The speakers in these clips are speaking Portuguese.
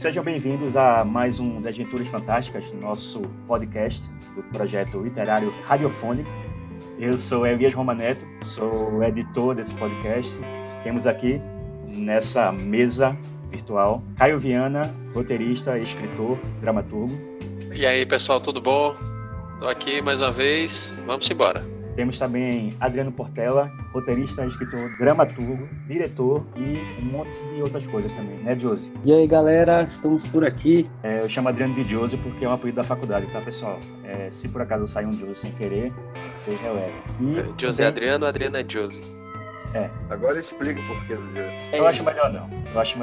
Sejam bem-vindos a mais um Desventuras Fantásticas, nosso podcast do projeto literário radiofônico. Eu sou Elias Romaneto, sou editor desse podcast. Temos aqui, nessa mesa virtual, Caio Viana, roteirista, escritor, dramaturgo. E aí, pessoal, tudo bom? Estou aqui mais uma vez, vamos embora. Temos também Adriano Portela, roteirista, escritor, dramaturgo, diretor e um monte de outras coisas também, né, Josi? E aí, galera, estamos por aqui. Eu chamo Adriano de Josi porque é um apelido da faculdade, tá, pessoal? Se por acaso sair um Josi sem querer, vocês relevem. Josi é Adriano, Adriano é Josi. Agora explica o porquê do Josi. Eu acho melhor não.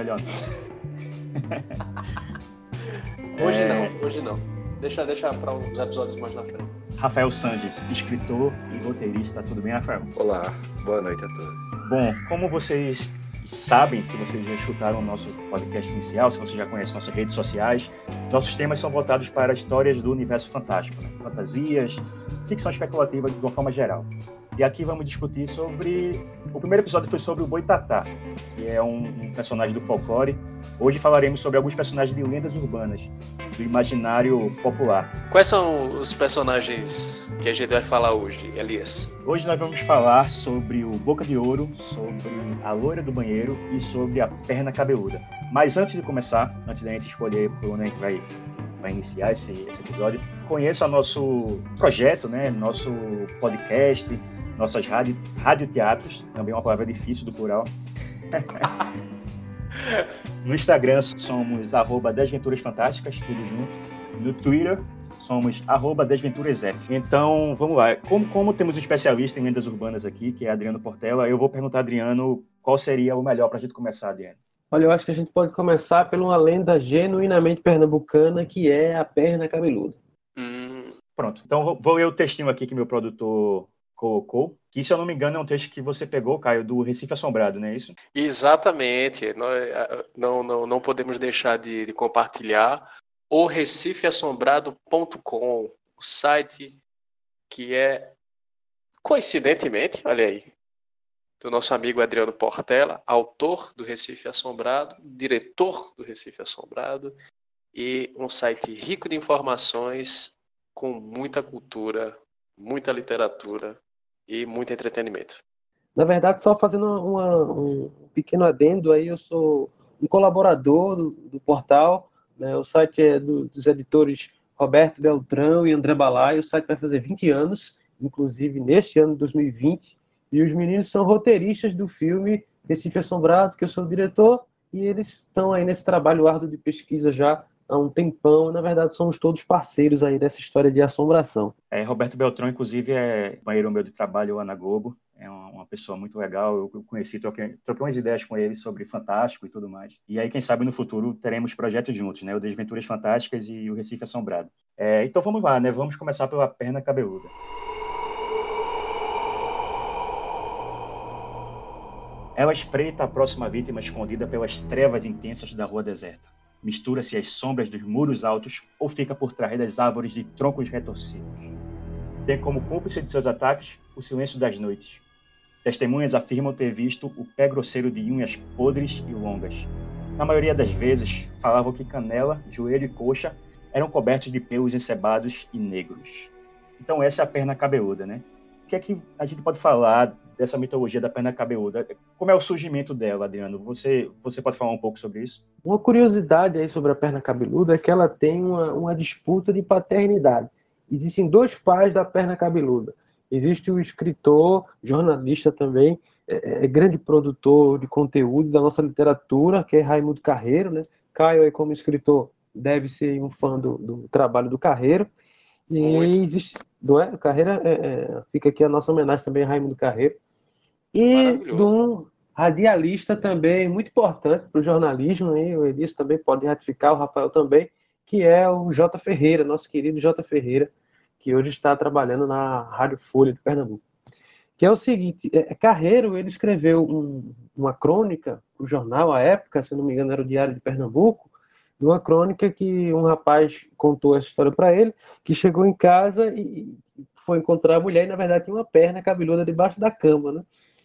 Hoje não. Deixa para uns episódios mais na frente. Rafael Sanches, escritor e roteirista. Tudo bem, Rafael? Olá, boa noite a todos. Bom, como vocês sabem, se vocês já escutaram o nosso podcast inicial, se vocês já conhecem nossas redes sociais, nossos temas são voltados para histórias do universo fantástico, né? Fantasias, ficção especulativa de uma forma geral. E aqui vamos discutir sobre... O primeiro episódio foi sobre o Boitatá, que é um personagem do folclore. Hoje falaremos sobre alguns personagens de lendas urbanas, do imaginário popular. Quais são os personagens que a gente vai falar hoje, Elias? Hoje nós vamos falar sobre o Boca de Ouro, sobre a Loira do Banheiro e sobre a Perna Cabeluda. Mas antes de começar, antes da gente escolher por onde a gente vai iniciar esse episódio, conheça nosso projeto, né? Nosso podcast, nossas radioteatros, também uma palavra difícil do plural. No Instagram somos @desventurasfantásticas, tudo junto. No Twitter somos @desventurasf. Então, vamos lá. Como temos um especialista em lendas urbanas aqui, que é Adriano Portela, eu vou perguntar a Adriano qual seria o melhor para a gente começar, Adriano. Olha, eu acho que a gente pode começar por uma lenda genuinamente pernambucana, que é a Perna Cabeluda. Pronto. Então, vou ler o textinho aqui que meu produtor colocou, que, se eu não me engano, é um texto que você pegou, Caio, do Recife Assombrado, não é isso? Exatamente. Não podemos deixar de compartilhar o recifeassombrado.com, o site que é, coincidentemente, olha aí, do nosso amigo Adriano Portela, autor do Recife Assombrado, diretor do Recife Assombrado, e um site rico de informações, com muita cultura, muita literatura e muito entretenimento. Na verdade, só fazendo um pequeno adendo aí, eu sou um colaborador do portal, né? O site é dos editores Roberto Beltrão e André Balai. O site vai fazer 20 anos, inclusive neste ano de 2020, e os meninos são roteiristas do filme Recife Assombrado, que eu sou o diretor, e eles estão aí nesse trabalho árduo de pesquisa já há um tempão. Na verdade, somos todos parceiros aí dessa história de assombração. Roberto Beltrão, inclusive, é companheiro meu de trabalho lá na Globo. É uma pessoa muito legal. Eu conheci, troquei umas ideias com ele sobre Fantástico e tudo mais. E aí, quem sabe, no futuro, teremos projetos juntos, né? O Desventuras Fantásticas e o Recife Assombrado. Então, vamos lá, né? Vamos começar pela Perna Cabeluda. Ela espreita a próxima vítima escondida pelas trevas intensas da rua deserta. Mistura-se às sombras dos muros altos ou fica por trás das árvores de troncos retorcidos. Tem como cúmplice de seus ataques o silêncio das noites. Testemunhas afirmam ter visto o pé grosseiro de unhas podres e longas. Na maioria das vezes, falavam que canela, joelho e coxa eram cobertos de pelos encebados e negros. Então essa é a Perna Cabeluda, né? O que é que a gente pode falar dessa mitologia da Perna Cabeluda? Como é o surgimento dela, Adriano? Você pode falar um pouco sobre isso? Uma curiosidade aí sobre a Perna Cabeluda é que ela tem uma disputa de paternidade. Existem dois pais da Perna Cabeluda. Existe o escritor, jornalista também, grande produtor de conteúdo da nossa literatura, que é Raimundo Carreiro, né? Caio, aí, como escritor, deve ser um fã do trabalho do Carreiro. E existe, não é? Carreira, fica aqui a nossa homenagem também a Raimundo Carreiro. E de um radialista também muito importante para o jornalismo, hein? O Elias também pode ratificar, o Rafael também, que é o J. Ferreira, nosso querido J. Ferreira, que hoje está trabalhando na Rádio Folha de Pernambuco. Que é o seguinte, Carreiro, ele escreveu uma crônica para o jornal, à época, se eu não me engano, era o Diário de Pernambuco, de uma crônica que um rapaz contou essa história para ele, que chegou em casa e foi encontrar a mulher e, na verdade, tinha uma perna cabeluda debaixo da cama, né?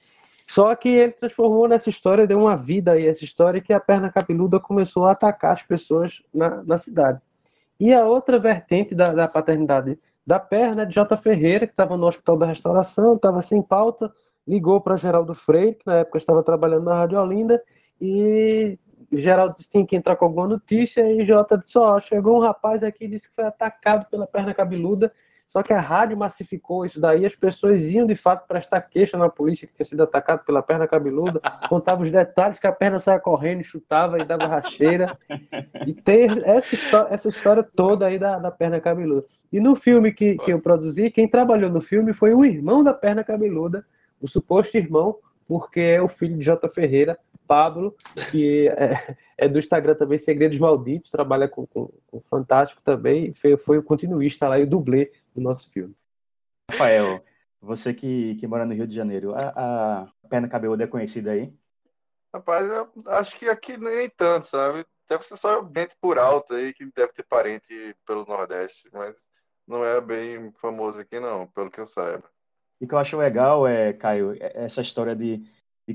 Só que ele transformou nessa história, deu uma vida aí essa história, que a perna cabeluda começou a atacar as pessoas na cidade. E a outra vertente da paternidade da perna é de J. Ferreira, que estava no Hospital da Restauração, estava sem pauta, ligou para Geraldo Freire, que na época estava trabalhando na Rádio Olinda, e Geraldo disse que tinha que entrar com alguma notícia, e Jota disse, chegou um rapaz aqui e disse que foi atacado pela perna cabeluda, só que a rádio massificou isso daí, as pessoas iam de fato prestar queixa na polícia que tinha sido atacado pela perna cabeluda, contava os detalhes que a perna saia correndo, chutava e dava rasteira, e tem essa história toda aí da perna cabeluda. E no filme que eu produzi, quem trabalhou no filme foi o irmão da perna cabeluda, o suposto irmão, porque é o filho de J. Ferreira, Pablo, que é do Instagram também, Segredos Malditos, trabalha com Fantástico também, foi o continuista lá e o dublê do nosso filme. Rafael, você que mora no Rio de Janeiro, a perna cabeluda é conhecida aí? Rapaz, eu acho que aqui nem tanto, sabe? Deve ser só gente por alto aí, que deve ter parente pelo Nordeste, mas não é bem famoso aqui não, pelo que eu saiba. E o que eu acho legal, Caio, essa história de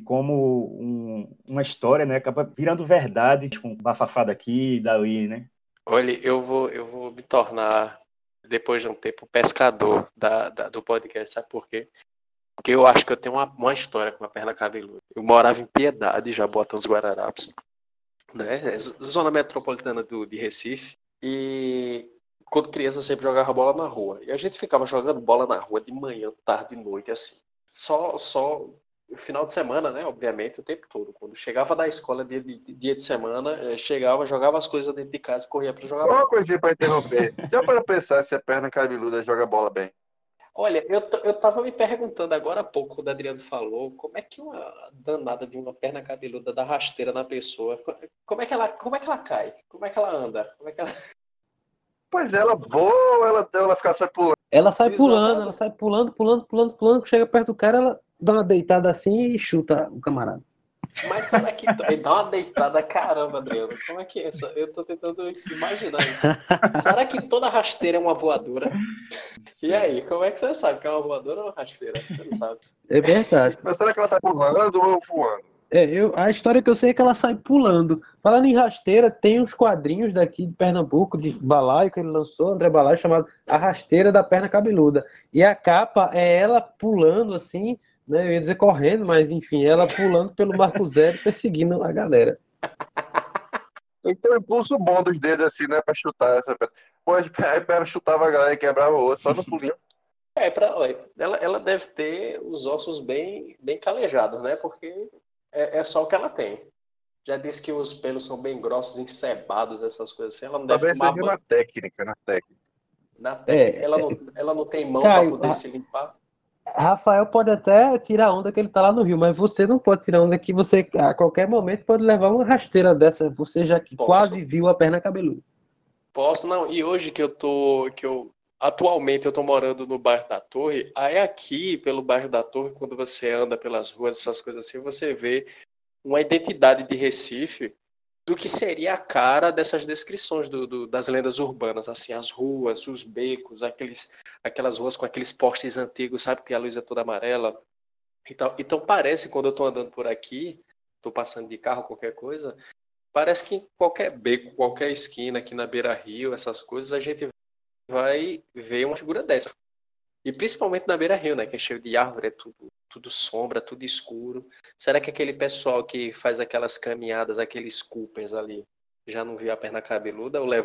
como uma história, né, acaba virando verdade, com bafafá daqui e dali, né? Olha, eu vou me tornar, depois de um tempo, pescador do podcast, sabe por quê? Porque eu acho que eu tenho uma história com a perna cabeluda. Eu morava em Piedade, Jaboatão dos Guararapes, né? Zona metropolitana de Recife. E quando criança sempre jogava bola na rua. E a gente ficava jogando bola na rua de manhã, tarde e noite, assim. Só no final de semana, né? Obviamente, o tempo todo. Quando chegava da escola, dia de semana, chegava, jogava as coisas dentro de casa e corria para jogar bola. Só uma coisinha para interromper. Já para pensar se a perna cabeluda joga bola bem? Olha, eu tava me perguntando agora há pouco, quando o Adriano falou, como é que uma danada de uma perna cabeluda dá rasteira na pessoa? Como é que ela cai? Como é que ela anda? Pois ela voa, ela fica só pulando. Ela sai pulando, chega perto do cara, ela dá uma deitada assim e chuta o camarada. Mas será que... Ele dá uma deitada, caramba, Adriano, como é que é isso? Eu tô tentando imaginar isso. Será que toda rasteira é uma voadora? E aí, como é que você sabe que é uma voadora ou uma rasteira? Você não sabe. É verdade. Mas será que ela sai pulando ou voando? A história que eu sei é que ela sai pulando. Falando em rasteira, tem uns quadrinhos daqui de Pernambuco, de Balaio, que ele lançou, André Balaio, chamado A Rasteira da Perna Cabeluda. E a capa é ela pulando assim, né? Eu ia dizer correndo, mas enfim, ela pulando pelo Marco Zero, perseguindo a galera. Tem que ter um impulso bom dos dedos assim, né? Pra chutar essa perna. Pô, a perna chutava a galera e quebrava o osso só no pulinho. Ela deve ter os ossos bem calejados, né? Porque é só o que ela tem. Já disse que os pelos são bem grossos, encebados, essas coisas assim. Ela não deve tomar banho. Na técnica. Na técnica. Ela não tem mão para poder se limpar. Rafael pode até tirar onda que ele tá lá no Rio, mas você não pode tirar onda que você a qualquer momento pode levar uma rasteira dessa, você já que quase viu a perna cabeluda. Posso, não. E hoje atualmente eu tô morando no bairro da Torre, aí aqui pelo bairro da Torre, quando você anda pelas ruas, essas coisas assim, você vê uma identidade de Recife do que seria a cara dessas descrições das lendas urbanas, assim, as ruas, os becos, aquelas ruas com aqueles postes antigos, sabe, que a luz é toda amarela. Então parece, quando eu tô andando por aqui, tô passando de carro, qualquer coisa, parece que em qualquer beco, qualquer esquina aqui na Beira-Rio, essas coisas, a gente vai ver uma figura dessa. E principalmente na Beira-Rio, né, que é cheio de árvore, é tudo sombra, tudo escuro. Será que aquele pessoal que faz aquelas caminhadas, aqueles Coopers ali, já não viu a perna cabeluda ou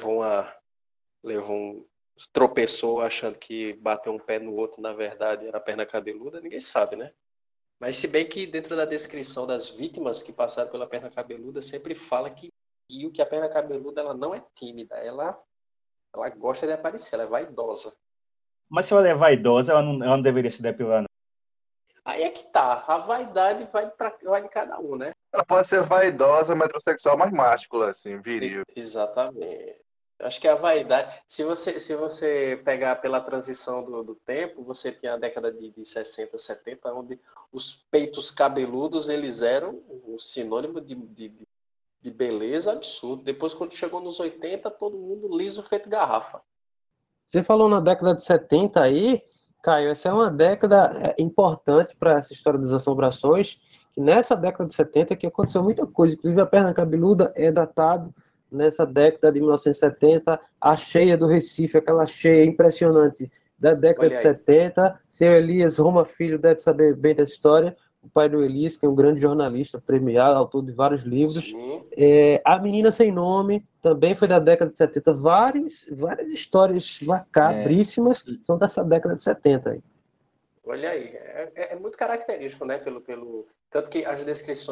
tropeçou achando que bateu um pé no outro, na verdade era a perna cabeluda? Ninguém sabe, né? Mas se bem que dentro da descrição das vítimas que passaram pela perna cabeluda, sempre fala que a perna cabeluda ela não é tímida, ela gosta de aparecer, ela é vaidosa. Mas se ela é vaidosa, ela não deveria se depilar, não. Aí é que tá, a vaidade vai de cada um, né? Ela pode ser vaidosa, metrosexual, mas máscula, assim, viril. Exatamente. Acho que a vaidade, se você pegar pela transição do tempo, você tinha a década de 60, 70, onde os peitos cabeludos, eles eram um sinônimo de beleza absurdo. Depois, quando chegou nos 80, todo mundo liso feito garrafa. Você falou na década de 70 aí, Caio, essa é uma década importante para essa história das assombrações, que nessa década de 70 que aconteceu muita coisa, inclusive a perna cabeluda é datado nessa década de 1970, a cheia do Recife, aquela cheia impressionante da década de 70. Seu Elias Roma Filho deve saber bem dessa história, o pai do Elias, que é um grande jornalista premiado, autor de vários livros. A Menina Sem Nome também foi da década de 70. Várias histórias macabríssimas são dessa década de 70 aí. Olha aí, é muito característico, né? Tanto que as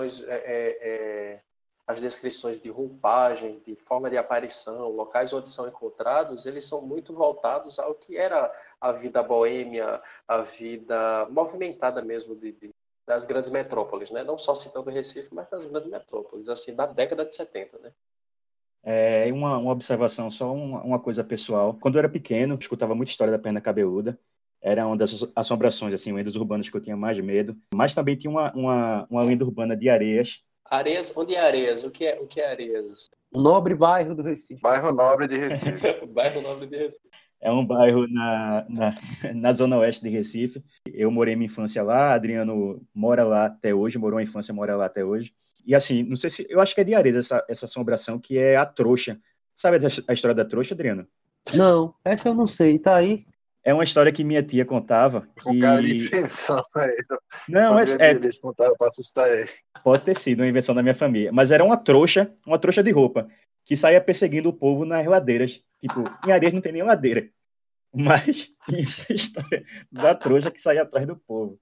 descrições de roupagens, de forma de aparição, locais onde são encontrados, eles são muito voltados ao que era a vida boêmia, a vida movimentada mesmo das grandes metrópoles, né? Não só citando o Recife, mas das grandes metrópoles, assim, da década de 70, né? Uma observação, só uma coisa pessoal. Quando eu era pequeno, escutava muita história da perna cabeluda. Era uma das assombrações, assim, lendas urbanas que eu tinha mais medo. Mas também tinha uma lenda urbana de Areias. Areias? Onde é Areias? O que é Areias? O nobre bairro do Recife. Bairro Nobre de Recife. Bairro Nobre de Recife. É um bairro na zona oeste de Recife. Eu morei minha infância lá, Adriano mora lá até hoje, morou a infância, mora lá até hoje. E assim, não sei se... Eu acho que é de Areias essa assombração, que é a trouxa. Sabe a história da trouxa, Adriano? Não, essa eu não sei, tá aí. É uma história que minha tia contava. O cara de invenção, Não, eles contaram para assustar ele. Pode ter sido uma invenção da minha família. Mas era uma trouxa de roupa, que saía perseguindo o povo nas ladeiras. Tipo, em Areias não tem nem ladeira. Mas tinha essa história da trouxa que saía atrás do povo.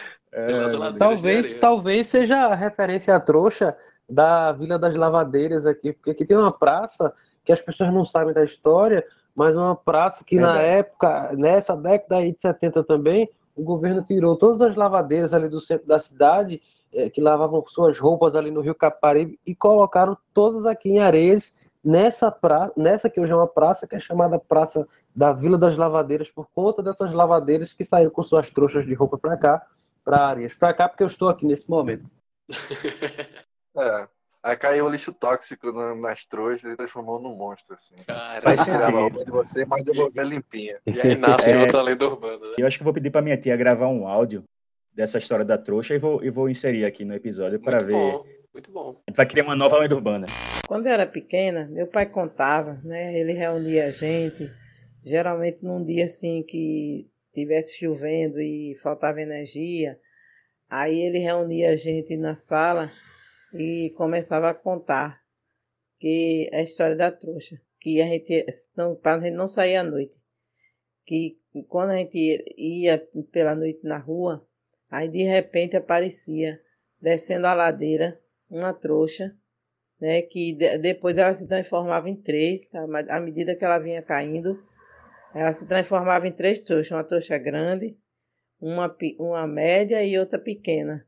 Talvez seja a referência à trouxa da Vila das Lavadeiras aqui, porque aqui tem uma praça que as pessoas não sabem da história, mas uma praça que na época, nessa década aí de 70 também, o governo tirou todas as lavadeiras ali do centro da cidade, que lavavam suas roupas ali no Rio Caparibe, e colocaram todas aqui em Areias, nessa que hoje é uma praça, que é chamada Praça da Vila das Lavadeiras, por conta dessas lavadeiras que saíram com suas trouxas de roupa para cá, para Areias. Para cá, porque eu estou aqui nesse momento. Aí caiu o lixo tóxico nas trouxas e transformou num monstro, assim. Cara, faz tirava a sentido. roupa de você, mas devolver limpinha. E aí nasce outra lenda urbana, né? Eu acho que vou pedir para minha tia gravar um áudio dessa história da trouxa e vou inserir aqui no episódio para ver. Muito bom. A gente vai criar uma nova lenda urbana. Quando eu era pequena, meu pai contava, né? Ele reunia a gente, geralmente num dia assim que tivesse chovendo e faltava energia, aí ele reunia a gente na sala e começava a contar que a história da trouxa, que para a gente não sair à noite, que quando a gente ia pela noite na rua, aí de repente aparecia descendo a ladeira uma trouxa, né, que depois ela se transformava em 3, à medida que ela vinha caindo, ela se transformava em 3 trouxas, uma trouxa grande, uma média e outra pequena.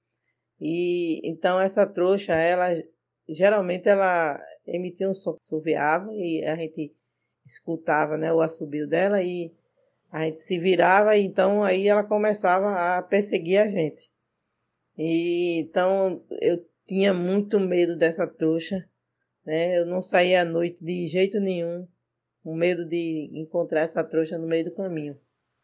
E então essa trouxa, geralmente ela emitia um som que assoviava e a gente escutava, né, o assobio dela e a gente se virava e então aí ela começava a perseguir a gente. E então eu tinha muito medo dessa trouxa, né? Eu não saía à noite de jeito nenhum, com medo de encontrar essa trouxa no meio do caminho.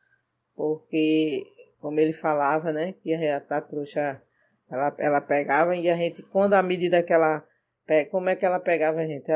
Porque, como ele falava, né, que a trouxa, ela pegava e a gente, quando à medida que como é que ela pegava a gente?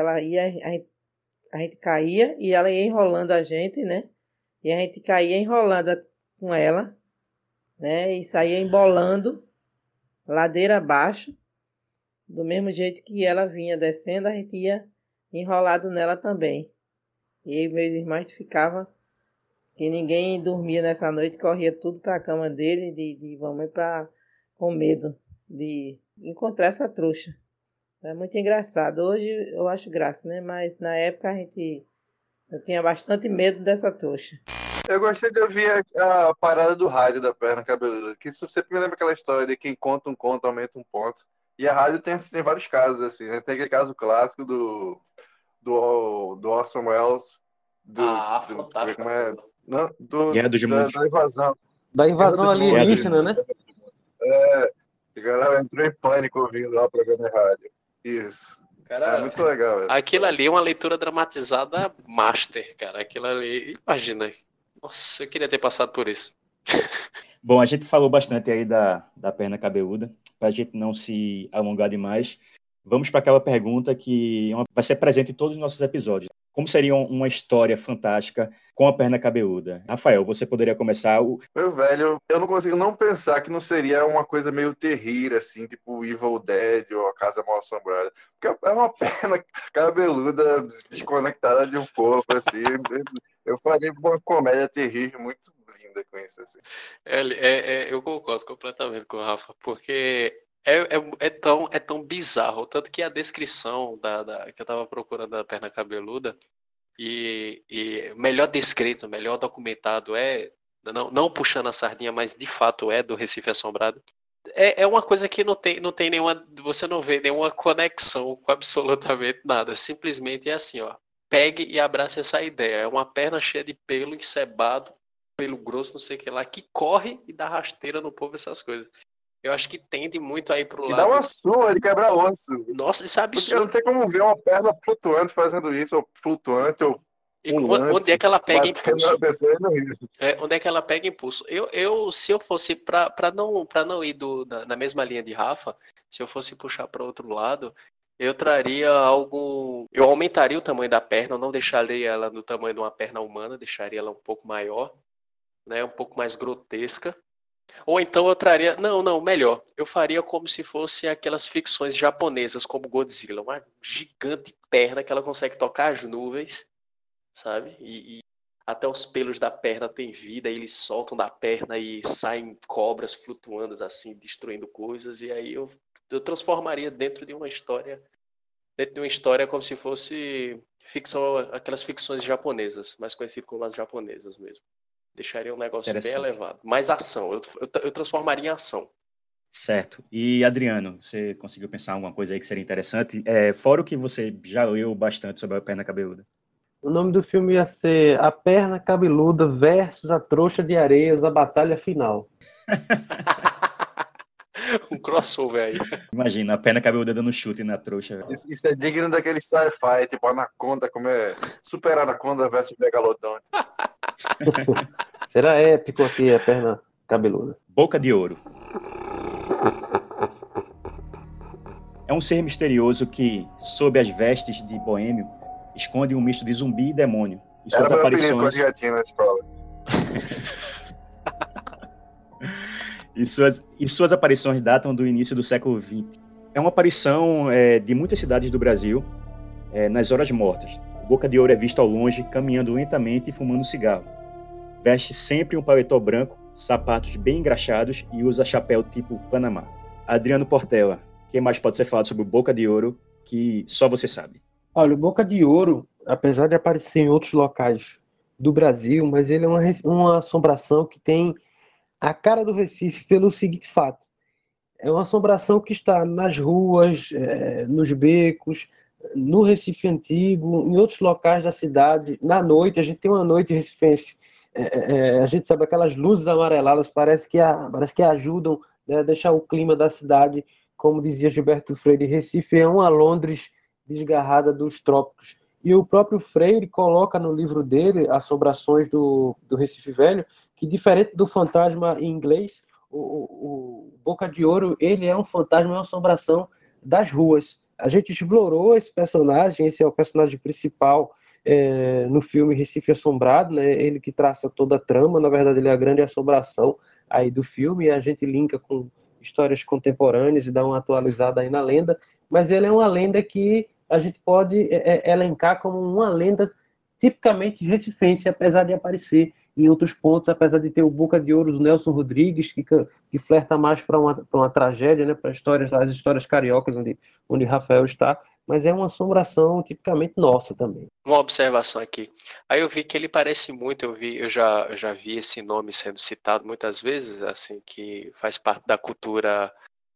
A gente caía e ela ia enrolando a gente, né? E a gente caía enrolando com ela, né? E saía embolando ladeira abaixo, do mesmo jeito que ela vinha descendo, a gente ia enrolado nela também. E meus irmãos ficavam, que ninguém dormia nessa noite, corria tudo para a cama dele, de mamãe, com medo de encontrar essa trouxa. É muito engraçado. Hoje eu acho graça, né? Mas na época eu tinha bastante medo dessa trouxa. Eu gostei de ouvir a parada do rádio da perna cabeluda, que isso sempre me lembra aquela história de quem conta um conto aumenta um ponto. E a rádio tem vários casos, assim, né? Tem aquele caso clássico do Orson Welles, fantástico. Como é? Não, Guerra dos Mundos. Da invasão. Da invasão alienígena, né? O cara entrou em pânico ouvindo lá o programa de rádio. Isso. Cara, muito legal. Aquilo ali é uma leitura dramatizada master, cara. Aquilo ali, imagina. Nossa, eu queria ter passado por isso. Bom, a gente falou bastante aí da perna cabeluda. para a gente não se alongar demais, vamos para aquela pergunta que vai ser presente em todos os nossos episódios. Como seria uma história fantástica com a perna cabeluda? Rafael, você poderia começar? Meu velho, eu não consigo não pensar que não seria uma coisa meio terrível, assim, tipo Evil Dead ou A Casa Mal-Assombrada. Porque é uma perna cabeluda desconectada de um corpo, assim. Eu faria uma comédia terrível muito linda com isso, assim. Eu concordo completamente com o Rafa, porque é tão bizarro. Tanto que a descrição que eu tava procurando da perna cabeluda e melhor descrito, melhor documentado não puxando a sardinha, mas de fato do Recife Assombrado. É uma coisa que não tem nenhuma, você não vê nenhuma conexão com absolutamente nada. Simplesmente é assim, ó. Pegue e abrace essa ideia. É uma perna cheia de pelo encebado, pelo grosso, não sei o que lá, que corre e dá rasteira no povo, essas coisas. Eu acho que tende muito aí pro E lado. dá uma surra de quebra-osso. Nossa, isso é Porque absurdo. não tem como ver uma perna flutuante fazendo isso, ou flutuante, ou pulante. Onde é que ela pega batendo impulso? na pessoa e não isso. Onde é que ela pega impulso? Se eu fosse para não ir na mesma linha de Rafa, se eu fosse puxar para outro lado, eu traria algo. Eu aumentaria o tamanho da perna, eu não deixaria ela no tamanho de uma perna humana, deixaria ela um pouco maior, né, um pouco mais grotesca. Ou então eu traria. Não, melhor. Eu faria como se fosse aquelas ficções japonesas, como Godzilla, uma gigante perna que ela consegue tocar as nuvens, sabe? E até os pelos da perna têm vida, e eles soltam da perna e saem cobras flutuando assim, destruindo coisas, e aí eu transformaria dentro de uma história como se fosse ficção, aquelas ficções japonesas, mais conhecido como as japonesas mesmo. Deixaria um negócio bem elevado. Mais ação, eu transformaria em ação. Certo. E, Adriano, você conseguiu pensar em alguma coisa aí que seria interessante? Fora o que você já leu bastante sobre a perna cabeluda. O nome do filme ia ser A Perna Cabeluda versus a Trouxa de Areias, a Batalha Final. Um crossover aí. Imagina, a perna cabeluda dando chute na trouxa. Isso é digno daquele sci-fi, tipo Anaconda, como é Super Anaconda versus Megalodonte. Será épico aqui a perna cabeluda. Boca de Ouro. É um ser misterioso que, sob as vestes de boêmio, esconde um misto de zumbi e demônio. E suas Era meu apelido aparições... quando já tinha na escola. e suas aparições datam do início do século XX. É uma aparição de muitas cidades do Brasil nas horas mortas. O Boca de Ouro é visto ao longe, caminhando lentamente e fumando cigarro. Veste sempre um paletó branco, sapatos bem engraxados e usa chapéu tipo Panamá. Adriano Portela, o que mais pode ser falado sobre o Boca de Ouro que só você sabe? Olha, o Boca de Ouro, apesar de aparecer em outros locais do Brasil, mas ele é uma assombração que tem a cara do Recife pelo seguinte fato. É uma assombração que está nas ruas, nos becos, no Recife Antigo, em outros locais da cidade. Na noite, a gente tem uma noite recifense. A gente sabe aquelas luzes amareladas, parece que ajudam, né, a deixar o clima da cidade, como dizia Gilberto Freire, Recife é uma Londres desgarrada dos trópicos. E o próprio Freire coloca no livro dele, Assombrações do Recife Velho, que diferente do fantasma em inglês, o Boca de Ouro, ele é um fantasma, uma assombração das ruas. A gente explorou esse personagem, esse é o personagem principal no filme Recife Assombrado, né? Ele que traça toda a trama, na verdade ele é a grande assombração aí do filme, e a gente linka com histórias contemporâneas e dá uma atualizada aí na lenda, mas ele é uma lenda que a gente pode elencar como uma lenda tipicamente recifense, apesar de aparecer em outros pontos, apesar de ter o Boca de Ouro do Nelson Rodrigues, que flerta mais para uma tragédia, né, para as histórias cariocas, onde Rafael está, mas é uma assombração tipicamente nossa também. Uma observação aqui. Aí eu vi que ele parece muito, eu já vi esse nome sendo citado muitas vezes, assim, que faz parte da cultura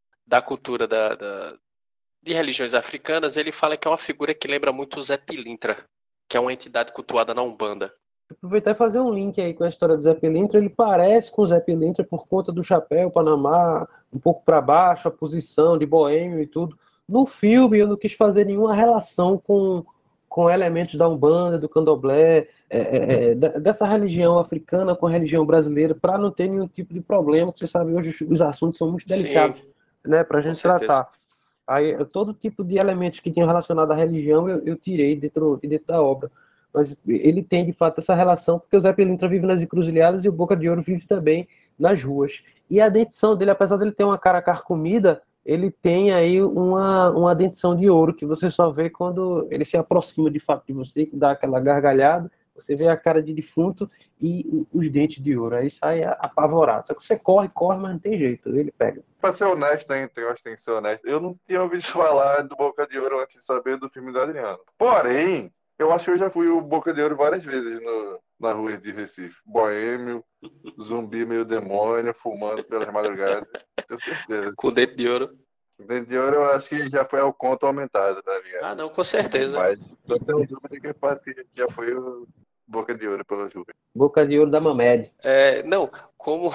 de religiões africanas. Ele fala que é uma figura que lembra muito o Zé Pilintra, que é uma entidade cultuada na Umbanda. Aproveitar e fazer um link aí com a história do Zé Pilintra. Ele parece com o Zé Pilintra por conta do chapéu Panamá, um pouco para baixo, a posição de boêmio e tudo. No filme eu não quis fazer nenhuma relação com elementos da Umbanda, do Candomblé, dessa religião africana com a religião brasileira, para não ter nenhum tipo de problema, porque você sabe, hoje os assuntos são muito delicados. Sim. né, pra Com gente certeza. tratar. Aí, todo tipo de elementos que tinham relacionado à religião, eu tirei dentro da obra. Mas ele tem, de fato, essa relação, porque o Zé Pilintra vive nas encruzilhadas e o Boca de Ouro vive também nas ruas. E a dentição dele, apesar dele ter uma cara carcomida, ele tem aí uma dentição de ouro, que você só vê quando ele se aproxima, de fato, de você, que dá aquela gargalhada, você vê a cara de defunto e os dentes de ouro. Aí sai apavorado. Só que você corre, mas não tem jeito, ele pega. Pra ser honesto, hein, eu acho que tem que ser honesto. Eu não tinha ouvido falar do Boca de Ouro antes de saber do filme do Adriano. Porém, eu acho que eu já fui o Boca de Ouro várias vezes na rua de Recife. Boêmio, zumbi meio demônio, fumando pelas madrugadas. Tenho certeza. Com dente de ouro. Dente de Ouro eu acho que já foi ao conto aumentado, tá ligado? Ah, não, com certeza. Mas não tenho dúvida que parece que já foi o Boca de Ouro pela rua. Boca de Ouro da Mamed. Não, como,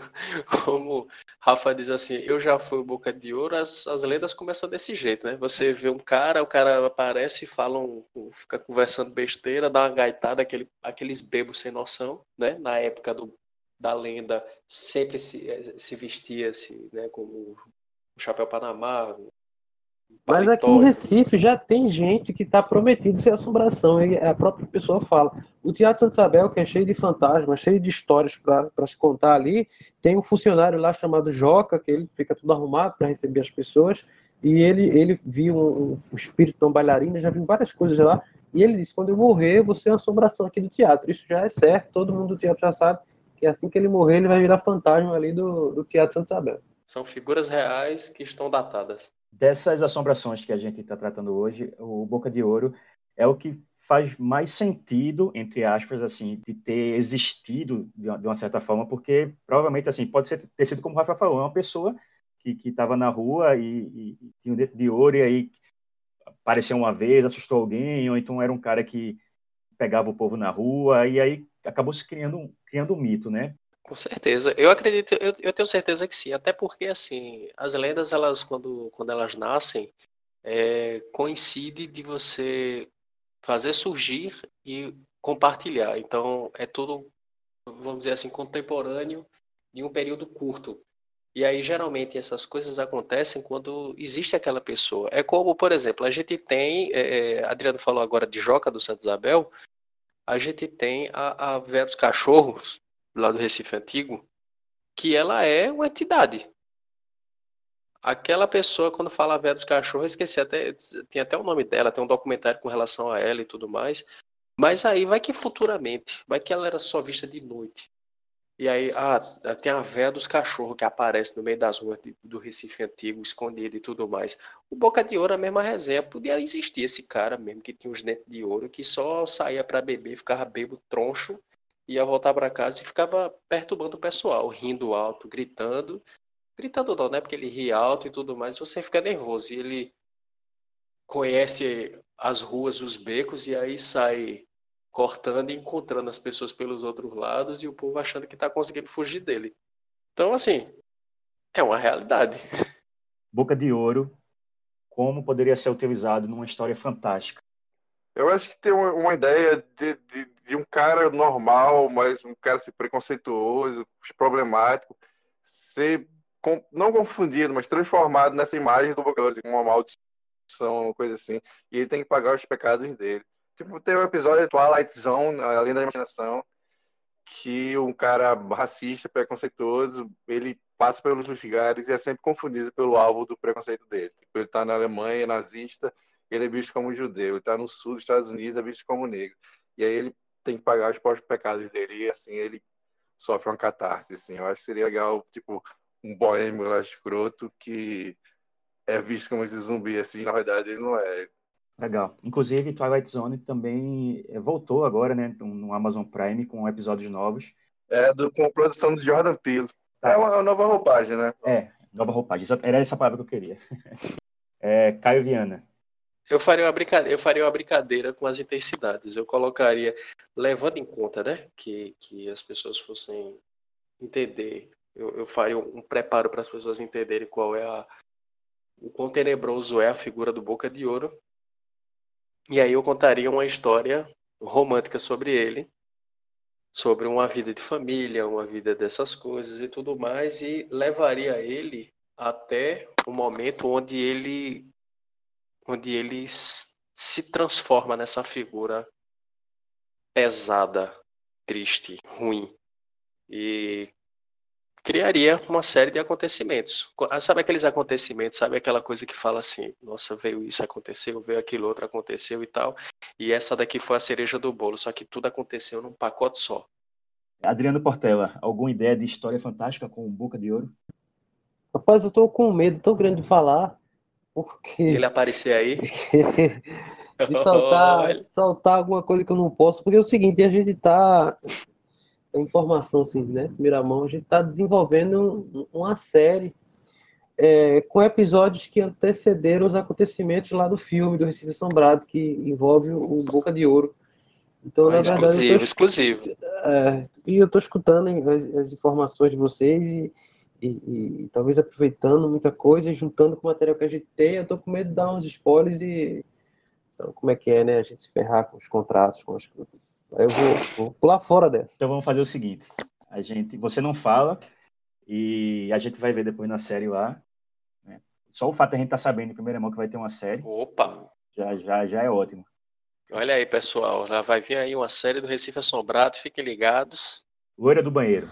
como Rafa diz assim, eu já fui o Boca de Ouro, as lendas começam desse jeito, né? Você vê um cara, o cara aparece e fala, fica conversando besteira, dá uma gaitada, aqueles bebos sem noção, né? Na época da lenda, sempre se vestia assim, né? Como o chapéu Panamá, Mas aqui em paletó. Recife já tem gente que está prometido ser assombração. E a própria pessoa fala. O Teatro Santa Isabel, que é cheio de fantasmas, cheio de histórias para se contar ali, tem um funcionário lá chamado Joca, que ele fica tudo arrumado para receber as pessoas. E ele viu um espírito de uma bailarina, já viu várias coisas lá. E ele disse: quando eu morrer, eu vou ser uma assombração aqui do teatro. Isso já é certo, todo mundo do teatro já sabe que assim que ele morrer, ele vai virar fantasma ali do Teatro Santa Isabel. São figuras reais que estão datadas. Dessas assombrações que a gente está tratando hoje, o Boca de Ouro é o que faz mais sentido, entre aspas, assim, de ter existido de uma certa forma, porque provavelmente, assim, pode ter sido como o Rafa falou, uma pessoa que estava na rua e tinha um dente de ouro e aí apareceu uma vez, assustou alguém, ou então era um cara que pegava o povo na rua e aí acabou se criando um mito, né? Com certeza. Eu acredito, eu tenho certeza que sim. Até porque, assim, as lendas, elas, quando elas nascem, coincide de você fazer surgir e compartilhar. Então, é tudo, vamos dizer assim, contemporâneo de um período curto. E aí, geralmente, essas coisas acontecem quando existe aquela pessoa. É como, por exemplo, a gente tem, Adriano falou agora de Joca do Santa Isabel, a gente tem a Vera dos Cachorros, lá do Recife Antigo, que ela é uma entidade. Aquela pessoa, quando fala a Vera dos Cachorros, eu esqueci até, tinha até o nome dela, tem um documentário com relação a ela e tudo mais. Mas aí vai que futuramente, vai que ela era só vista de noite. E aí, tem a Vera dos Cachorros que aparece no meio das ruas do Recife Antigo, escondida e tudo mais. O Boca de Ouro, a mesma resenha, podia existir esse cara mesmo, que tinha os dentes de ouro, que só saía para beber, ficava bêbado, troncho, ia voltar para casa e ficava perturbando o pessoal, rindo alto, gritando. Gritando não, né? Porque ele ri alto e tudo mais, você fica nervoso. E ele conhece as ruas, os becos, e aí sai cortando e encontrando as pessoas pelos outros lados e o povo achando que está conseguindo fugir dele. Então, assim, é uma realidade. Boca de Ouro, como poderia ser utilizado numa história fantástica. Eu acho que tem uma ideia de um cara normal, mas um cara assim, preconceituoso, problemático, ser não confundido, mas transformado nessa imagem do Boca de Ouro, uma maldição, uma coisa assim, e ele tem que pagar os pecados dele. Tipo, tem um episódio de Twilight Zone, Além da Imaginação, que um cara racista, preconceituoso, ele passa pelos lugares e é sempre confundido pelo alvo do preconceito dele. Tipo, ele está na Alemanha, nazista, ele é visto como judeu. Ele está no sul dos Estados Unidos, é visto como negro. E aí ele tem que pagar os próprios pecados dele e assim ele sofre uma catarse. Assim. Eu acho que seria legal, tipo, um boêmio lá escroto que é visto como esse zumbi, assim, na verdade ele não é. Legal. Inclusive, Twilight Zone também voltou agora, né, no Amazon Prime, com episódios novos. Com a produção do Jordan Peele. Tá. É uma nova roupagem, né? Nova roupagem. Era essa palavra que eu queria. Caio Viana. Eu faria uma brincadeira com as intensidades. Eu colocaria, levando em conta, né, que as pessoas fossem entender. Eu faria um preparo para as pessoas entenderem o quão tenebroso é a figura do Boca de Ouro. E aí eu contaria uma história romântica sobre ele, sobre uma vida de família, uma vida dessas coisas e tudo mais, e levaria ele até o momento onde ele se transforma nessa figura pesada, triste, ruim. E criaria uma série de acontecimentos. Sabe aqueles acontecimentos, sabe aquela coisa que fala assim, nossa, veio isso, aconteceu, veio aquilo outro, aconteceu e tal. E essa daqui foi a cereja do bolo, só que tudo aconteceu num pacote só. Adriano Portela, alguma ideia de história fantástica com Boca de Ouro? Rapaz, eu tô com medo tão grande de falar, porque Ele aparecer aí. de soltar alguma coisa que eu não posso, porque é o seguinte, a gente tá, a informação assim, né, primeira mão, a gente tá desenvolvendo uma série com episódios que antecederam os acontecimentos lá do filme do Recife Assombrado, que envolve o Boca de Ouro. Então, na verdade, exclusivo. E eu tô escutando as informações de vocês e talvez aproveitando muita coisa e juntando com o material que a gente tem. Eu tô com medo de dar uns spoilers e então, como é que é, né? A gente se ferrar com os contratos, com as coisas. Aí eu vou pular fora dessa. Então vamos fazer o seguinte: você não fala e a gente vai ver depois na série lá. Né? Só o fato de a gente estar sabendo em primeira mão que vai ter uma série. Opa! Já é ótimo. Olha aí, pessoal, já vai vir aí uma série do Recife Assombrado, fiquem ligados. Loira do Banheiro.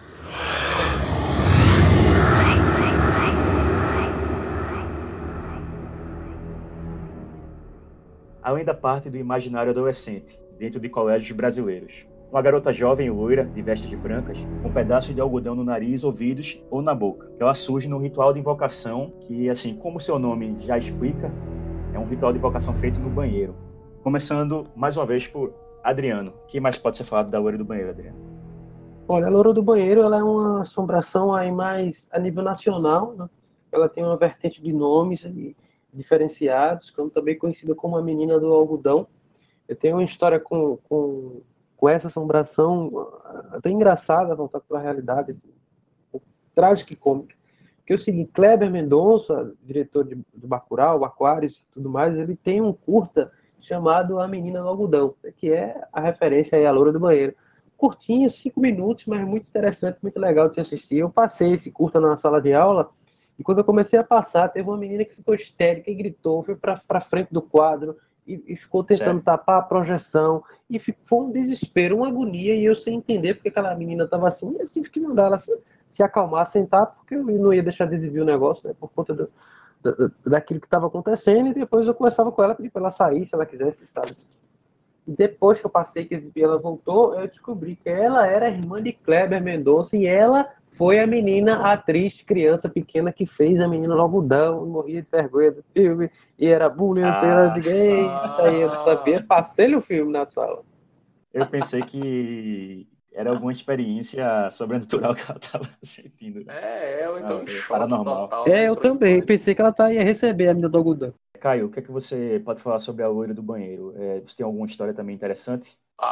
Além da parte do imaginário adolescente, dentro de colégios brasileiros. Uma garota jovem e loira, de vestes brancas, com pedaços de algodão no nariz, ouvidos ou na boca. Ela surge num ritual de invocação que, assim como seu nome já explica, é um ritual de invocação feito no banheiro. Começando, mais uma vez, por Adriano. O que mais pode ser falado da Loira do Banheiro, Adriano? Olha, a Loura do Banheiro ela é uma assombração aí mais a nível nacional, né? Ela tem uma vertente de nomes diferenciados, como também conhecida como a Menina do Algodão. Eu tenho uma história com essa assombração até engraçada, voltada para a realidade, assim, um trágica e cômica. Porque é o seguinte, Kleber Mendonça, diretor do Bacurau, Aquários e tudo mais, ele tem um curta chamado A Menina do Algodão, que é a referência aí à Loura do Banheiro. Curtinho, 5 minutos, mas muito interessante, muito legal de se assistir. Eu passei esse curta na sala de aula e quando eu comecei a passar, teve uma menina que ficou histérica e gritou, foi para frente do quadro e ficou tentando tapar a projeção e foi um desespero, uma agonia, e eu sem entender porque aquela menina estava assim, eu tive que mandar ela se acalmar, sentar, porque eu não ia deixar de exibir o negócio, né, por conta daquilo que estava acontecendo, e depois eu conversava com ela, pedi para ela sair, se ela quisesse, sabe? E depois que eu passei que exibi, ela voltou, eu descobri que ela era irmã de Kleber Mendonça, e ela foi a menina, a atriz, criança pequena que fez a Menina do Algodão, morria de vergonha do filme, e era bullying, não tem nada de ninguém, aí eu não sabia, passei o filme na sala. Eu pensei que era alguma experiência sobrenatural que ela estava sentindo. Ou então um choque paranormal. total. Eu também, pensei que ela ia receber a Menina do Algodão. Caio, o que é que você pode falar sobre a Loira do Banheiro? Você tem alguma história também interessante?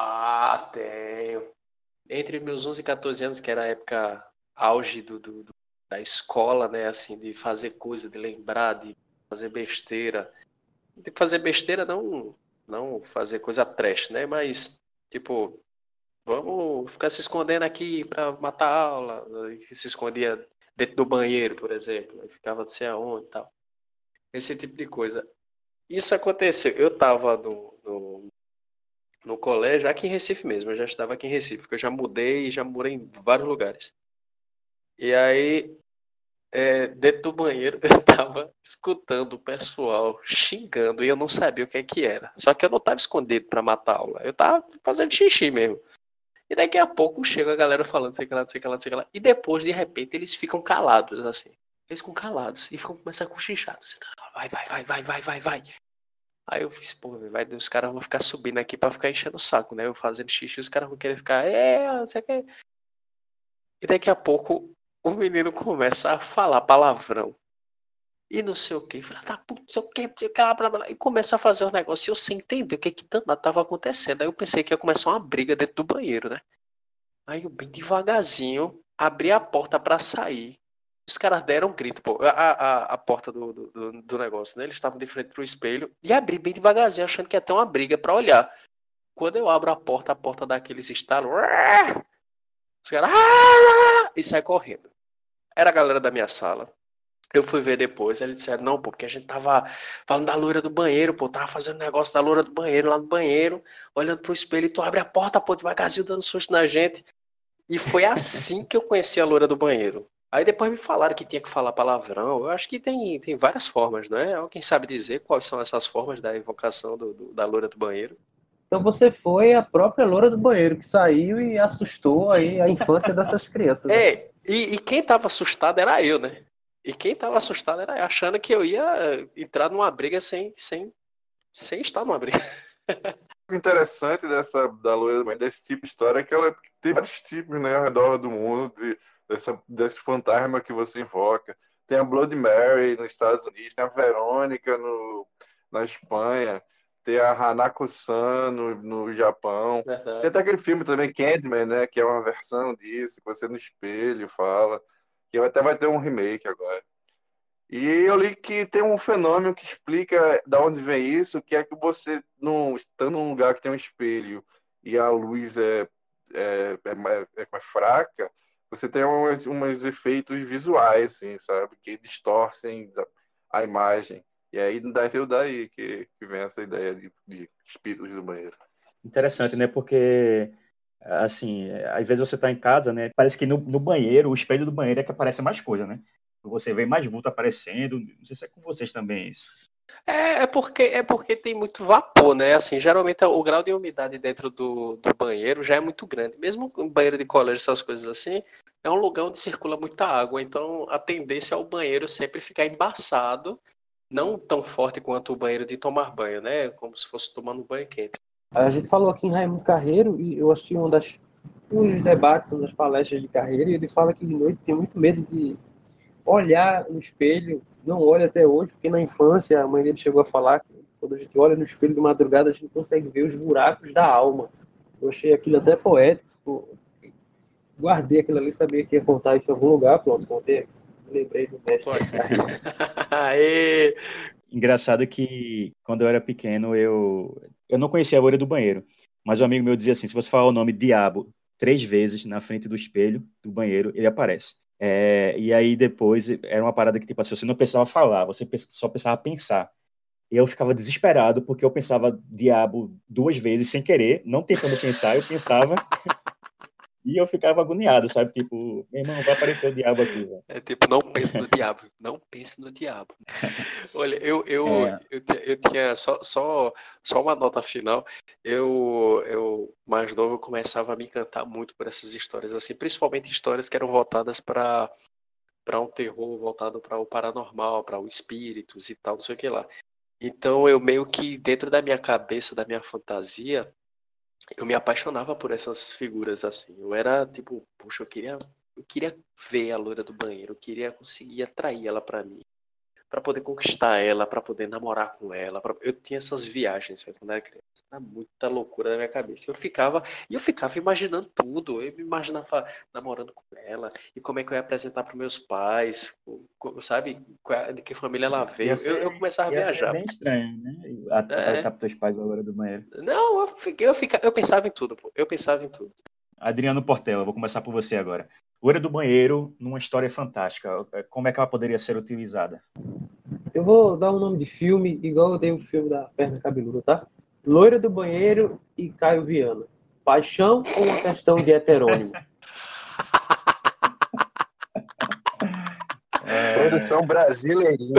Tenho. Entre meus 11 e 14 anos, que era a época auge da escola, né, assim, de fazer coisa, de lembrar, de fazer besteira. De fazer besteira, não fazer coisa trash, né, mas, tipo, vamos ficar se escondendo aqui pra matar a aula. Se escondia dentro do banheiro, por exemplo, aí ficava não sei aonde e tal. Esse tipo de coisa. Isso aconteceu. Eu tava no colégio, aqui em Recife mesmo. Eu já estava aqui em Recife, porque eu já mudei e já morei em vários lugares. E aí, dentro do banheiro, eu tava escutando o pessoal xingando e eu não sabia o que é que era. Só que eu não tava escondido pra matar a aula. Eu tava fazendo xixi mesmo. E daqui a pouco chega a galera falando, sei que lá, não sei que lá, não sei que lá. E depois, de repente, eles ficam calados, assim. Eles ficam calados e começam a cochichar. Assim, vai. Aí eu fiz, pô, os caras vão ficar subindo aqui pra ficar enchendo o saco, né? Eu fazendo xixi, os caras vão querer ficar, não sei o que. E daqui a pouco o menino começa a falar palavrão. E não sei o que. Fala, tá, puto, não sei o que, blá, blá, blá. E começa a fazer um negócio e eu sem entender o que danado tava acontecendo. Aí eu pensei que ia começar uma briga dentro do banheiro, né? Aí eu bem devagarzinho abri a porta pra sair. Os caras deram um grito, pô. A porta do negócio, né? Eles estavam de frente pro espelho. E abri bem devagarzinho, achando que ia ter uma briga pra olhar. Quando eu abro a porta dá aqueles estalos. Os caras. E sai correndo. Era a galera da minha sala. Eu fui ver depois, eles disseram, não, pô, porque a gente tava falando da loira do banheiro, pô, tava fazendo negócio da loira do banheiro, lá no banheiro, olhando pro espelho, e tu abre a porta, pô, devagarzinho dando susto na gente. E foi assim que eu conheci a loira do banheiro. Aí depois me falaram que tinha que falar palavrão. Eu acho que tem várias formas, não é? Alguém sabe dizer quais são essas formas da invocação da loira do banheiro? Então você foi a própria loura do banheiro que saiu e assustou aí a infância dessas crianças. Né? E quem tava assustado era eu, né? E quem tava assustado era eu, achando que eu ia entrar numa briga sem estar numa briga. O interessante da loira do banheiro, desse tipo de história, é que ela tem vários tipos, né, ao redor do mundo, desse fantasma que você invoca. Tem a Blood Mary nos Estados Unidos, tem a Verônica na Espanha, tem a Hanako-san no Japão. Verdade. Tem até aquele filme também, Candyman, né, que é uma versão disso, que você no espelho fala, que até vai ter um remake agora. E eu li que tem um fenômeno que explica da onde vem isso, que é que você, estando num lugar que tem um espelho e a luz mais fraca, você tem uns efeitos visuais, assim, sabe? Que distorcem a imagem. E aí daí que vem essa ideia de espíritos do banheiro. Interessante, né? Porque, assim, às vezes você tá em casa, né? Parece que no banheiro, o espelho do banheiro é que aparece mais coisa, né? Você vê mais vulto aparecendo. Não sei se é com vocês também isso. É porque tem muito vapor, né? Assim, geralmente o grau de umidade dentro do banheiro já é muito grande. Mesmo um banheiro de colégio, essas coisas assim, é um lugar onde circula muita água. Então a tendência é o banheiro sempre ficar embaçado, não tão forte quanto o banheiro de tomar banho, né? Como se fosse tomando um banho quente. A gente falou aqui em Raimundo Carreiro e eu assisti uns debates, uma das palestras de Carreiro, e ele fala que de noite tem muito medo de olhar no espelho, não olha até hoje, porque na infância a mãe dele chegou a falar que quando a gente olha no espelho de madrugada a gente consegue ver os buracos da alma. Eu achei aquilo até poético, guardei aquilo ali, sabia que ia contar isso em algum lugar, pronto, contei, lembrei do mestre Carreiro. Aê! Engraçado que quando eu era pequeno eu não conhecia a loira do banheiro, mas um amigo meu dizia assim: se você falar o nome Diabo 3 vezes na frente do espelho do banheiro, ele aparece. E aí depois era uma parada que tipo assim, você não precisava falar, você só precisava pensar. E eu ficava desesperado porque eu pensava Diabo 2 vezes sem querer, não tentando pensar, eu pensava e eu ficava agoniado, sabe? Tipo, meu irmão, vai aparecer o diabo aqui, velho. É tipo, não pense no diabo. Não pense no diabo. Olha, eu tinha só uma nota final. Eu mais novo, eu começava a me encantar muito por essas histórias, assim, principalmente histórias que eram voltadas para um terror, voltado para o paranormal, para os espíritos e tal, não sei o que lá. Então eu meio que, dentro da minha cabeça, da minha fantasia, eu me apaixonava por essas figuras assim. Eu era tipo, puxa, eu queria ver a loira do banheiro, eu queria conseguir atrair ela para mim, para poder conquistar ela, para poder namorar com ela. Eu tinha essas viagens quando era criança. Era muita loucura na minha cabeça. Eu ficava imaginando tudo. Eu me imaginava namorando com ela e como é que eu ia apresentar para meus pais, sabe? De que família ela veio. Eu começava a Ia ser viajar. bem estranho, né? Apresentar É, para teus pais a loira do banheiro. não, eu pensava em tudo, pô. Eu pensava em tudo. Adriano Portela, vou começar por você agora. Loira do banheiro, numa história fantástica. Como é que ela poderia ser utilizada? Eu vou dar um nome de filme, igual eu dei o filme da Perna Cabeluda, tá? Loira do Banheiro e Caio Viana. Paixão ou uma questão de heterônimo? Produção brasileirinha.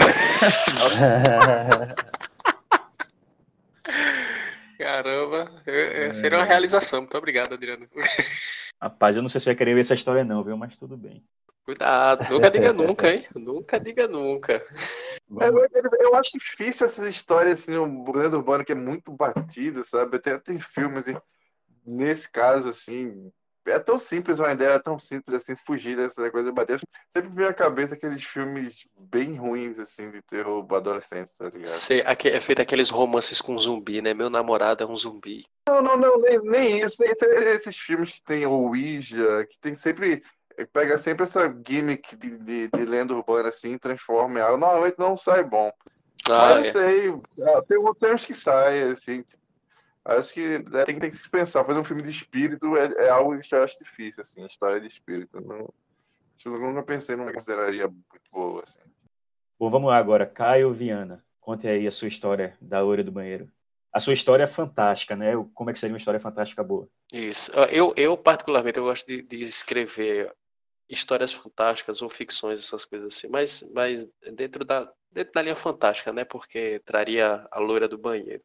Caramba, seria uma realização. Muito obrigado, Adriano. Rapaz, eu não sei se eu ia querer ver essa história não, viu? Mas tudo bem. Cuidado, nunca diga nunca, hein? Nunca diga nunca. Eu acho difícil essas histórias, assim, o Lenda Urbana que é muito batido, sabe? Tem filmes, e nesse caso, assim, é tão simples uma ideia, é tão simples, assim, fugir dessa coisa de bater. Sempre vem à cabeça aqueles filmes bem ruins, assim, de terror adolescente, tá ligado? É feito aqueles romances com zumbi, né? Meu namorado é um zumbi. Não, nem isso. Esses filmes que tem o Ouija, que tem sempre. Pega sempre essa gimmick de lenda urbana assim, e transforma em algo. Normalmente não sai bom. Mas Ah, não é. sei. Tem uns que saem, assim. Acho que tem que se pensar. Fazer um filme de espírito é algo que eu acho difícil, assim, história de espírito. Não, acho que eu nunca pensei numa que consideraria muito boa, assim. Bom, vamos lá agora. Caio Viana, conte aí a sua história da loira do banheiro. A sua história é fantástica, né? Como é que seria uma história fantástica boa? Isso. Eu particularmente, eu gosto de escrever histórias fantásticas ou ficções, essas coisas assim, mas dentro da linha fantástica, né? Porque traria a loira do banheiro.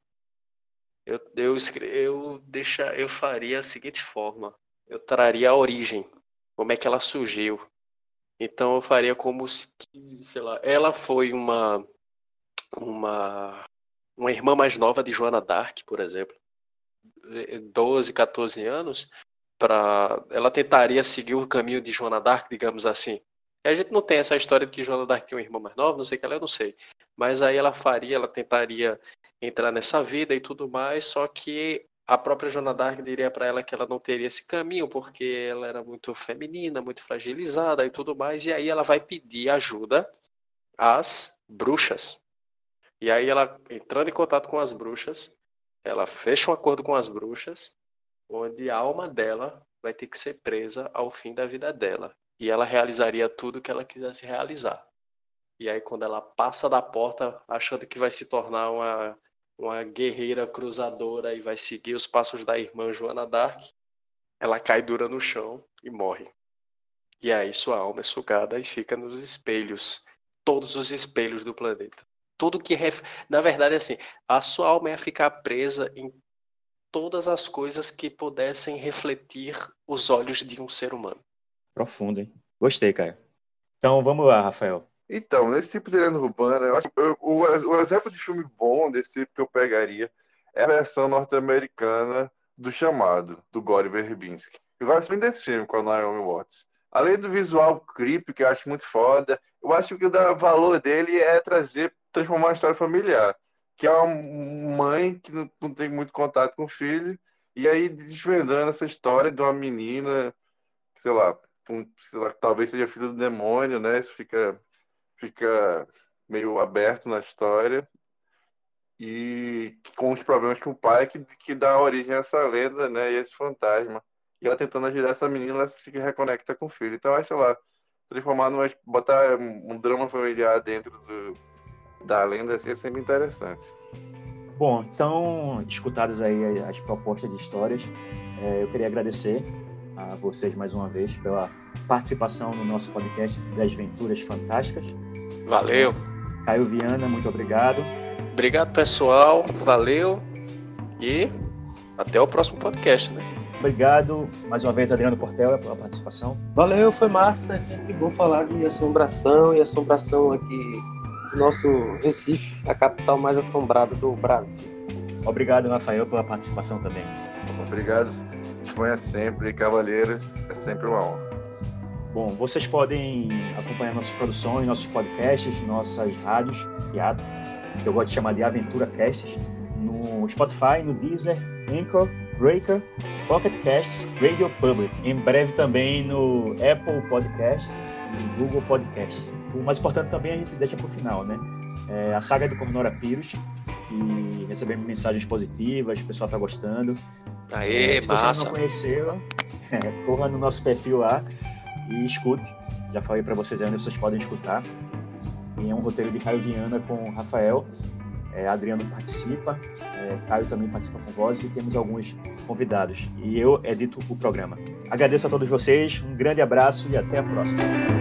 Eu faria a seguinte forma: eu traria a origem, como é que ela surgiu. Então eu faria como se, sei lá, ela foi uma, uma irmã mais nova de Joana d'Arc, por exemplo, 12, 14 anos, ela tentaria seguir o caminho de Joana d'Arc, digamos assim. E a gente não tem essa história de que Joana d'Arc tinha uma irmã mais nova, não sei o que ela, eu não sei. Mas aí ela tentaria entrar nessa vida e tudo mais, só que a própria Joana d'Arc diria para ela que ela não teria esse caminho, porque ela era muito feminina, muito fragilizada e tudo mais, e aí ela vai pedir ajuda às bruxas. E aí ela, entrando em contato com as bruxas, ela fecha um acordo com as bruxas, onde a alma dela vai ter que ser presa ao fim da vida dela. E ela realizaria tudo que ela quisesse realizar. E aí quando ela passa da porta, achando que vai se tornar uma guerreira cruzadora e vai seguir os passos da irmã Joana d'Arc, ela cai dura no chão e morre. E aí sua alma é sugada e fica nos espelhos, todos os espelhos do planeta. Tudo que, na verdade, assim, a sua alma ia ficar presa em todas as coisas que pudessem refletir os olhos de um ser humano. Profundo, hein? Gostei, Caio. Então, vamos lá, Rafael. Então, nesse tipo de lenda urbana, eu acho que o exemplo de filme bom desse tipo que eu pegaria é a versão norte-americana do Chamado, do Gore Verbinski. Eu gosto muito desse filme com a Naomi Watts. Além do visual creepy, que eu acho muito foda, eu acho que o valor dele é transformar uma história familiar. Que é uma mãe que não tem muito contato com o filho, e aí desvendando essa história de uma menina, sei lá, sei lá, talvez seja filho do demônio, né? Isso fica meio aberto na história e com os problemas com o pai que dá origem a essa lenda, né, e esse fantasma. E ela tentando ajudar essa menina, ela se reconecta com o filho. Então, acho lá, botar um drama familiar dentro da lenda assim, é sempre interessante. Bom, então, escutadas aí as propostas de histórias, eu queria agradecer a vocês mais uma vez pela participação no nosso podcast das Aventuras Fantásticas. Valeu. Caio Viana, muito obrigado. Obrigado, pessoal. Valeu. E até o próximo podcast, né? Obrigado mais uma vez, Adriano Portela, pela participação. Valeu, foi massa. É sempre bom falar de assombração e assombração aqui no nosso Recife, a capital mais assombrada do Brasil. Obrigado, Rafael, pela participação também. Obrigado. Disponha sempre, cavalheiros. É sempre uma honra. Bom, vocês podem acompanhar nossas produções, nossos podcasts, nossas rádios, teatro, que eu gosto de chamar de Aventura Casts, no Spotify, no Deezer, Anchor, Breaker, Pocket Casts, Radio Public. Em breve também no Apple Podcasts e Google Podcasts. O mais importante também a gente deixa para o final, né? A saga do Cornora Pyrrhus, que recebemos mensagens positivas, o pessoal está gostando. Aê, se massa! vocês não conheceram, corra no nosso perfil lá e escute. Já falei para vocês aí onde vocês podem escutar. E é um roteiro de Caio Viana com Rafael. Adriano participa, Caio também participa com vozes e temos alguns convidados. E eu edito o programa. Agradeço a todos vocês, um grande abraço e até a próxima.